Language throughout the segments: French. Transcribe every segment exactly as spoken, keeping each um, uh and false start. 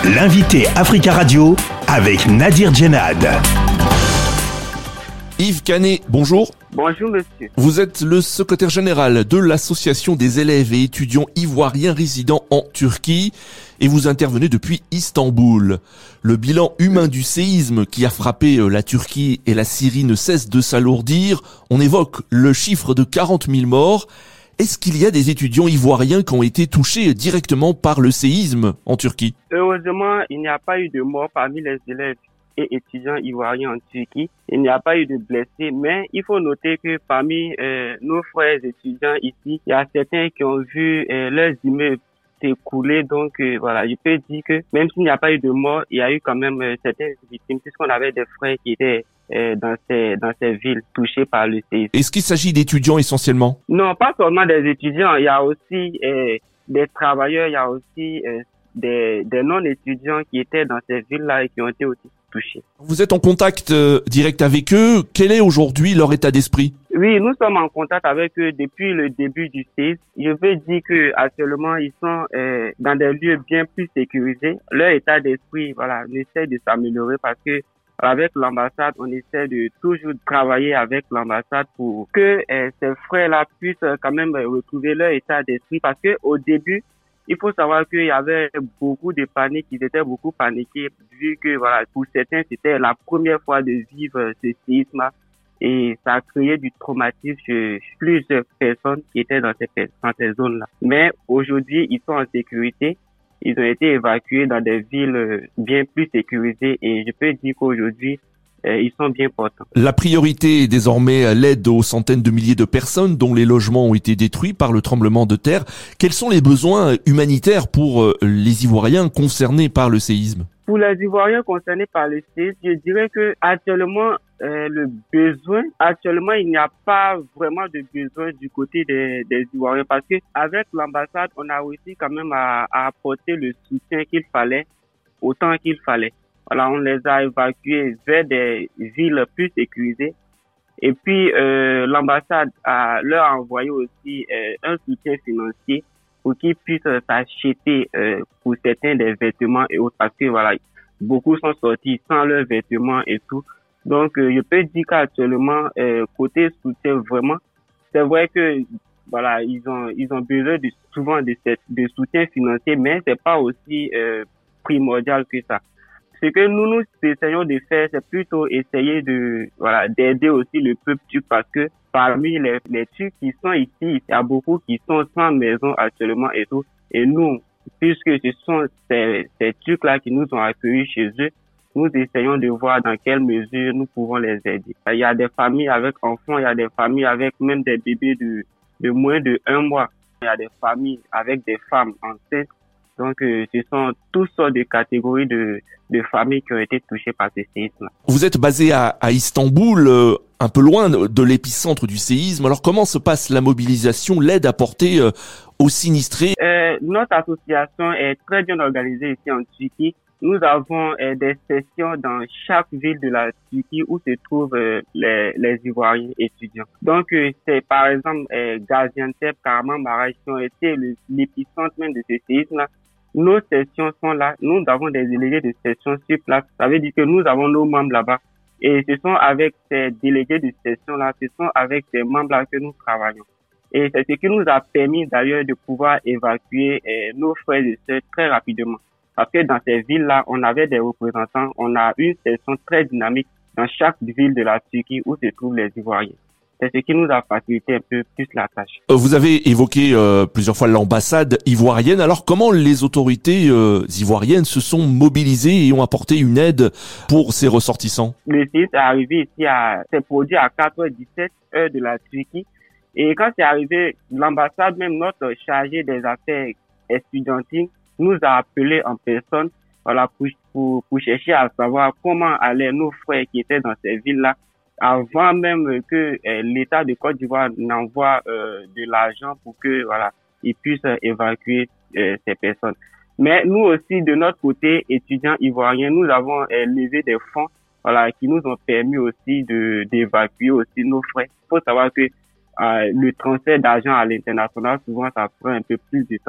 L'invité Africa Radio avec Nadir Djenad. Yves Canet, bonjour. Bonjour monsieur. Vous êtes le secrétaire général de l'association des élèves et étudiants ivoiriens résidant en Turquie et vous intervenez depuis Istanbul. Le bilan humain du séisme qui a frappé la Turquie et la Syrie ne cesse de s'alourdir. On évoque le chiffre de quarante mille morts. Est-ce qu'il y a des étudiants ivoiriens qui ont été touchés directement par le séisme en Turquie? Heureusement, il n'y a pas eu de morts parmi les élèves et étudiants ivoiriens en Turquie. Il n'y a pas eu de blessés, mais il faut noter que parmi euh, nos frères étudiants ici, il y a certains qui ont vu euh, leurs immeubles s'écouler. Donc euh, voilà, je peux dire que même s'il n'y a pas eu de mort, il y a eu quand même euh, certaines victimes puisqu'on avait des frères qui étaient euh, dans ces dans ces villes touchées par le séisme. Est-ce qu'il s'agit d'étudiants essentiellement? Non, pas seulement des étudiants. Il y a aussi euh, des travailleurs, il y a aussi euh, des des non-étudiants qui étaient dans ces villes-là et qui ont été aussi touchés. Vous êtes en contact euh, direct avec eux. Quel est aujourd'hui leur état d'esprit? Oui, nous sommes en contact avec eux depuis le début du séisme. Je veux dire que actuellement ils sont euh, dans des lieux bien plus sécurisés. Leur état d'esprit, voilà, on essaie de s'améliorer parce que avec l'ambassade, on essaie de toujours travailler avec l'ambassade pour que euh, ces frères-là puissent quand même retrouver leur état d'esprit parce que au début, il faut savoir qu'il y avait beaucoup de panique, ils étaient beaucoup paniqués vu que voilà, pour certains, c'était la première fois de vivre ce séisme et ça a créé du traumatisme chez plusieurs personnes qui étaient dans ces, dans ces zones-là. Mais aujourd'hui, ils sont en sécurité. Ils ont été évacués dans des villes bien plus sécurisées et je peux dire qu'aujourd'hui, euh, ils sont bien portants. La priorité est désormais l'aide aux centaines de milliers de personnes dont les logements ont été détruits par le tremblement de terre. Quels sont les besoins humanitaires pour les Ivoiriens concernés par le séisme? Pour les Ivoiriens concernés par le séisme, je dirais que actuellement, euh, le besoin, actuellement, il n'y a pas vraiment de besoin du côté des, des Ivoiriens parce que avec l'ambassade, on a réussi quand même à, à apporter le soutien qu'il fallait, autant qu'il fallait. Voilà, on les a évacués vers des villes plus sécurisées. Et puis, euh, l'ambassade a, leur a envoyé aussi euh, un soutien financier pour qu'ils puissent s'acheter euh, pour certains des vêtements et autres parce que voilà, beaucoup sont sortis sans leurs vêtements et tout. Donc, euh, je peux dire qu'actuellement, euh, côté soutien, vraiment, c'est vrai que voilà, ils ont ils ont besoin de souvent de cette de soutien financier, mais c'est pas aussi euh, primordial que ça. Ce que nous nous essayons de faire, c'est plutôt essayer de voilà d'aider aussi le peuple turc parce que parmi les, les Turcs qui sont ici, il y a beaucoup qui sont sans maison actuellement et tout. Et nous, puisque ce sont ces, ces Turcs-là qui nous ont accueillis chez eux, nous essayons de voir dans quelle mesure nous pouvons les aider. Il y a des familles avec enfants, il y a des familles avec même des bébés de, de moins de un mois. Il y a des familles avec des femmes enceintes. Donc, euh, ce sont toutes sortes de catégories de, de familles qui ont été touchées par ce séisme. Vous êtes basé à, à Istanbul, euh, un peu loin de l'épicentre du séisme. Alors, comment se passe la mobilisation, l'aide apportée euh, aux sinistrés? euh, Notre association est très bien organisée ici en Turquie. Nous avons euh, des sessions dans chaque ville de la Turquie où se trouvent euh, les, les Ivoiriens étudiants. Donc, euh, c'est par exemple euh, Gaziantep, Kahramanmaraş qui ont été le, l'épicentre même de ce séisme-là. Nos sessions sont là. Nous avons des délégués de session sur place. Ça veut dire que nous avons nos membres là-bas. Et ce sont avec ces délégués de session-là, ce sont avec ces membres-là que nous travaillons. Et c'est ce qui nous a permis d'ailleurs de pouvoir évacuer euh, nos frères et sœurs très rapidement. Parce que dans ces villes-là, on avait des représentants. On a une session très dynamique dans chaque ville de la Turquie où se trouvent les Ivoiriens. C'est ce qui nous a facilité un peu plus la tâche. Vous avez évoqué euh, plusieurs fois l'ambassade ivoirienne. Alors, comment les autorités euh, ivoiriennes se sont mobilisées et ont apporté une aide pour ces ressortissants? Le séisme est arrivé ici à, c'est produit à quatre heures dix-sept heure de la Turquie. Et quand c'est arrivé, l'ambassade, même notre chargé des affaires estudiantines, nous a appelé en personne, voilà, pour, pour, pour chercher à savoir comment allaient nos frères qui étaient dans ces villes-là, avant même que euh, l'État de Côte d'Ivoire n'envoie euh, de l'argent pour que voilà, ils puissent évacuer euh, ces personnes. Mais nous aussi, de notre côté, étudiants ivoiriens, nous avons euh, levé des fonds, voilà, qui nous ont permis aussi de d'évacuer aussi nos frères. Il faut savoir que euh, le transfert d'argent à l'international, souvent, ça prend un peu plus de temps.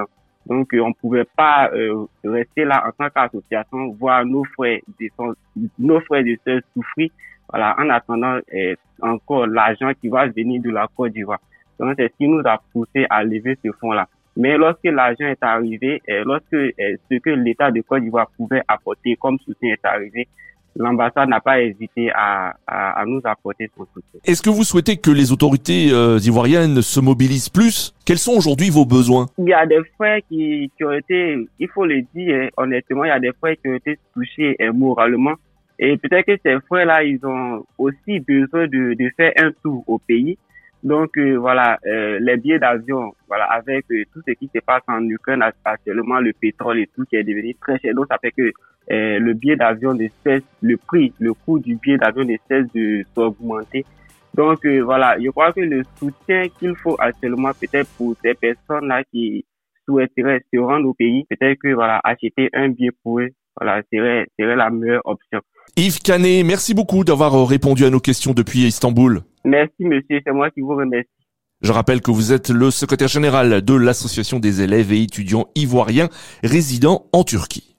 Donc, euh, on pouvait pas euh, rester là en tant qu'association, voir nos frères, descendre, nos frères et sœurs souffrir, voilà, en attendant euh, encore l'argent qui va venir de la Côte d'Ivoire. Donc, c'est ce qui nous a poussé à lever ce fonds-là. Mais lorsque l'argent est arrivé, euh, lorsque euh, ce que l'État de Côte d'Ivoire pouvait apporter comme soutien est arrivé, l'ambassade n'a pas hésité à, à, à nous apporter son soutien. Est-ce que vous souhaitez que les autorités euh, ivoiriennes se mobilisent plus? Quels sont aujourd'hui vos besoins? Il y a des frères qui, qui ont été, il faut le dire hein, honnêtement, il y a des frères qui ont été touchés hein, moralement. Et peut-être que ces frères-là, ils ont aussi besoin de, de faire un tour au pays. Donc euh, voilà, euh, les billets d'avion, voilà, avec euh, tout ce qui se passe en Ukraine actuellement, le pétrole et tout qui est devenu très cher. Donc ça fait que euh, le billet d'avion ne cesse, le prix, le coût du billet d'avion ne cesse de s'augmenter. Donc euh, voilà, je crois que le soutien qu'il faut actuellement, peut-être pour ces personnes-là qui souhaiteraient se rendre au pays, peut-être que voilà, acheter un billet pour eux, voilà, serait serait la meilleure option. Yves Canet, merci beaucoup d'avoir répondu à nos questions depuis Istanbul. Merci monsieur, c'est moi qui vous remercie. Je rappelle que vous êtes le secrétaire général de l'association des élèves et étudiants ivoiriens résidant en Turquie.